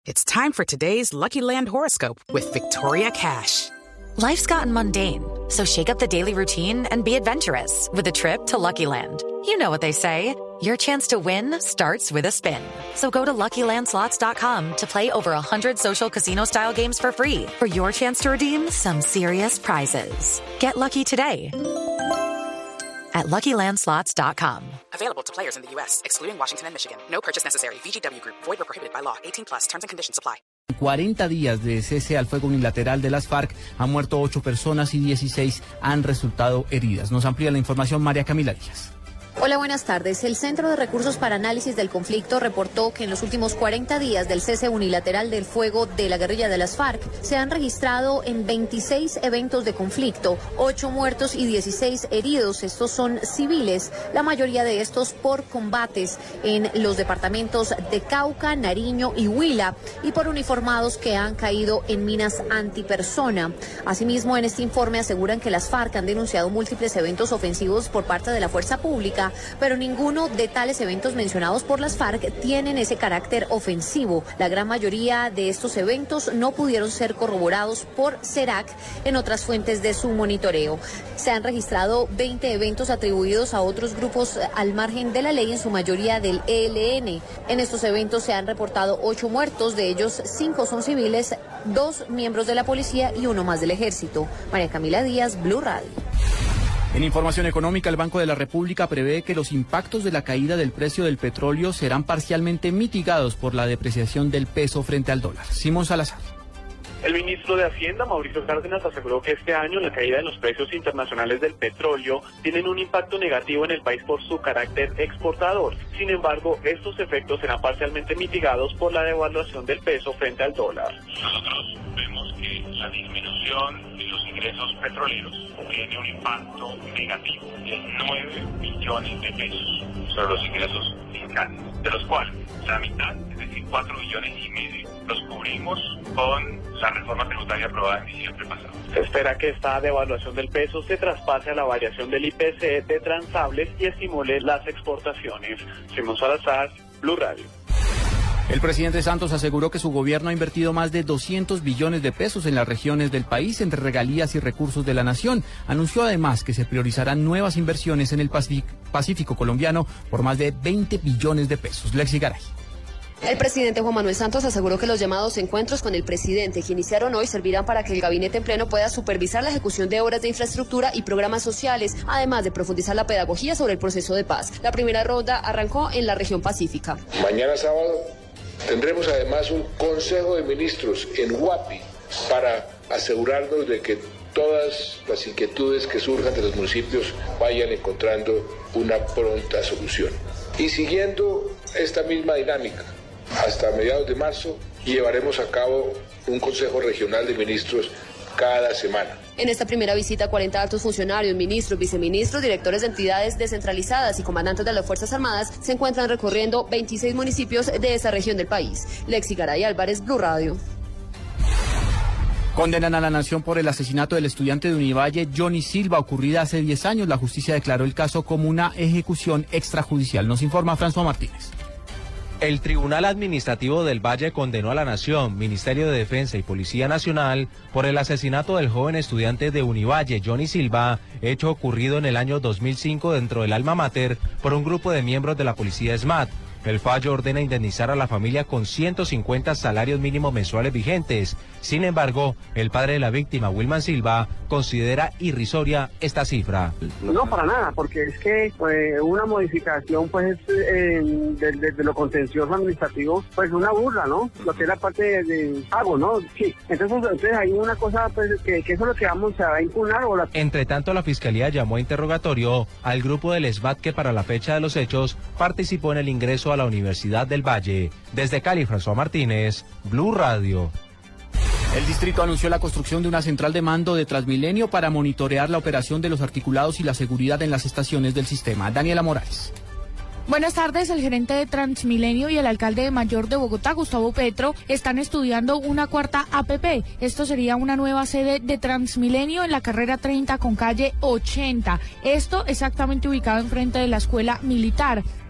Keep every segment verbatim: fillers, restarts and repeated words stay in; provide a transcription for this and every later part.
It's time for today's Lucky Land horoscope with Victoria Cash. Life's gotten mundane, so shake up the daily routine and be adventurous with a trip to Lucky Land. You know what they say, your chance to win starts with a spin. So go to Lucky Land Slots dot com to play over one hundred social casino-style games for free for your chance to redeem some serious prizes. Get lucky today at Lucky Land Slots dot com. Available to players in the U S, excluding Washington and Michigan. No purchase necessary. V G W Group. Void or prohibited by law. eighteen plus. Terms and conditions apply. cuarenta días de cese al fuego unilateral de las FARC, han muerto ocho personas y dieciséis han resultado heridas. Nos amplía la información María Camila Díaz. Hola, buenas tardes. El Centro de Recursos para Análisis del Conflicto reportó que en los últimos cuarenta días del cese unilateral del fuego de la guerrilla de las FARC se han registrado en veintiséis eventos de conflicto, ocho muertos y dieciséis heridos. Estos son civiles, la mayoría de estos por combates en los departamentos de Cauca, Nariño y Huila y por uniformados que han caído en minas antipersona. Asimismo, en este informe aseguran que las FARC han denunciado múltiples eventos ofensivos por parte de la fuerza pública, pero ninguno de tales eventos mencionados por las FARC tienen ese carácter ofensivo. La gran mayoría de estos eventos no pudieron ser corroborados por CERAC en otras fuentes de su monitoreo. Se han registrado veinte eventos atribuidos a otros grupos al margen de la ley, en su mayoría del E L N. En estos eventos se han reportado ocho muertos, de ellos cinco son civiles, dos miembros de la policía y uno más del ejército. María Camila Díaz, Blue Radio. En información económica, el Banco de la República prevé que los impactos de la caída del precio del petróleo serán parcialmente mitigados por la depreciación del peso frente al dólar. Simón Salazar. El ministro de Hacienda, Mauricio Cárdenas, aseguró que este año la caída de los precios internacionales del petróleo tienen un impacto negativo en el país por su carácter exportador. Sin embargo, estos efectos serán parcialmente mitigados por la devaluación del peso frente al dólar. Nosotros vemos que la disminución de los ingresos petroleros tiene un impacto negativo de nueve billones de pesos sobre los ingresos fiscales, de los cuales la mitad, es decir, cuatro billones y medio, los cubrimos con la reforma tributaria aprobada en diciembre pasado. Se espera que esta devaluación del peso se traspase a la variación del I P C de transables y estimule las exportaciones. Simón Salazar, Blue Radio. El presidente Santos aseguró que su gobierno ha invertido más de doscientos billones de pesos en las regiones del país entre regalías y recursos de la nación. Anunció además que se priorizarán nuevas inversiones en el Pacífico colombiano por más de veinte billones de pesos. Lexi Garay. El presidente Juan Manuel Santos aseguró que los llamados encuentros con el presidente que iniciaron hoy servirán para que el gabinete en pleno pueda supervisar la ejecución de obras de infraestructura y programas sociales, además de profundizar la pedagogía sobre el proceso de paz. La primera ronda arrancó en la región pacífica. Mañana sábado tendremos además un Consejo de Ministros en Huapi para asegurarnos de que todas las inquietudes que surjan de los municipios vayan encontrando una pronta solución. Y siguiendo esta misma dinámica, hasta mediados de marzo llevaremos a cabo un Consejo Regional de Ministros cada semana. En esta primera visita, cuarenta altos funcionarios, ministros, viceministros, directores de entidades descentralizadas y comandantes de las Fuerzas Armadas se encuentran recorriendo veintiséis municipios de esa región del país. Lexi Garay Álvarez, Blue Radio. Condenan a la nación por el asesinato del estudiante de Univalle, Johnny Silva, ocurrida hace diez años. La justicia declaró el caso como una ejecución extrajudicial. Nos informa François Martínez. El Tribunal Administrativo del Valle condenó a la Nación, Ministerio de Defensa y Policía Nacional por el asesinato del joven estudiante de Univalle, Johnny Silva, hecho ocurrido en el año dos mil cinco dentro del alma mater por un grupo de miembros de la Policía SMAT. El fallo ordena indemnizar a la familia con ciento cincuenta salarios mínimos mensuales vigentes. Sin embargo, el padre de la víctima, Wilman Silva, considera irrisoria esta cifra. No, para nada, porque es que pues, una modificación pues eh, de, de, de lo contencioso administrativo, pues una burla, ¿no? Lo que es la parte de, de pago, ¿no? Sí. Entonces, entonces hay una cosa pues, que, que eso es lo que vamos a impugnar. O la... Entre tanto, la Fiscalía llamó a interrogatorio al grupo del SMAT que para la fecha de los hechos participó en el ingreso a la Universidad del Valle. Desde Cali, François Martínez, Blue Radio. El distrito anunció la construcción de una central de mando de Transmilenio para monitorear la operación de los articulados y la seguridad en las estaciones del sistema. Daniela Morales. Buenas tardes. El gerente de Transmilenio y el alcalde mayor de Bogotá, Gustavo Petro, están estudiando una cuarta A P P. Esto sería una nueva sede de Transmilenio en la carrera treinta con calle ochenta. Esto exactamente ubicado enfrente de la escuela militar.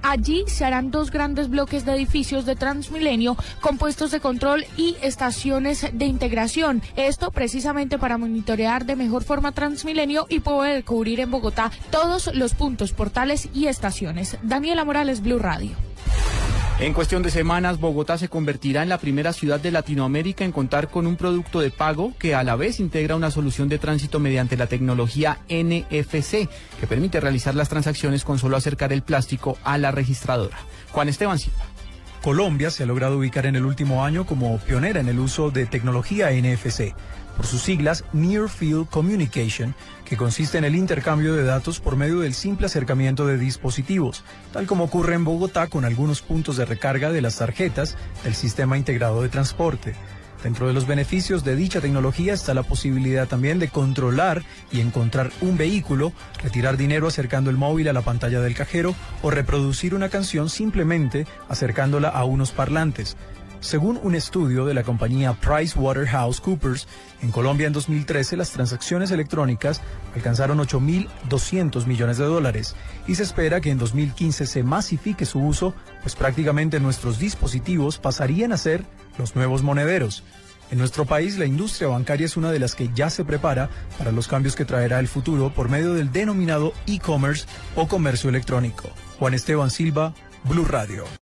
Allí se harán dos grandes bloques de edificios de Transmilenio con puestos de control y estaciones de integración. Esto precisamente para monitorear de mejor forma Transmilenio y poder cubrir en Bogotá todos los puntos, portales y estaciones. Daniela Morales, Blue Radio. En cuestión de semanas, Bogotá se convertirá en la primera ciudad de Latinoamérica en contar con un producto de pago que a la vez integra una solución de tránsito mediante la tecnología N F C, que permite realizar las transacciones con solo acercar el plástico a la registradora. Juan Esteban Silva. Colombia se ha logrado ubicar en el último año como pionera en el uso de tecnología N F C, por sus siglas Near Field Communication, que consiste en el intercambio de datos por medio del simple acercamiento de dispositivos, tal como ocurre en Bogotá con algunos puntos de recarga de las tarjetas del sistema integrado de transporte. Dentro de los beneficios de dicha tecnología está la posibilidad también de controlar y encontrar un vehículo, retirar dinero acercando el móvil a la pantalla del cajero o reproducir una canción simplemente acercándola a unos parlantes. Según un estudio de la compañía PricewaterhouseCoopers, en Colombia en dos mil trece las transacciones electrónicas alcanzaron ocho mil doscientos millones de dólares y se espera que en dos mil quince se masifique su uso, pues prácticamente nuestros dispositivos pasarían a ser los nuevos monederos. En nuestro país, la industria bancaria es una de las que ya se prepara para los cambios que traerá el futuro por medio del denominado e-commerce o comercio electrónico. Juan Esteban Silva, Blue Radio.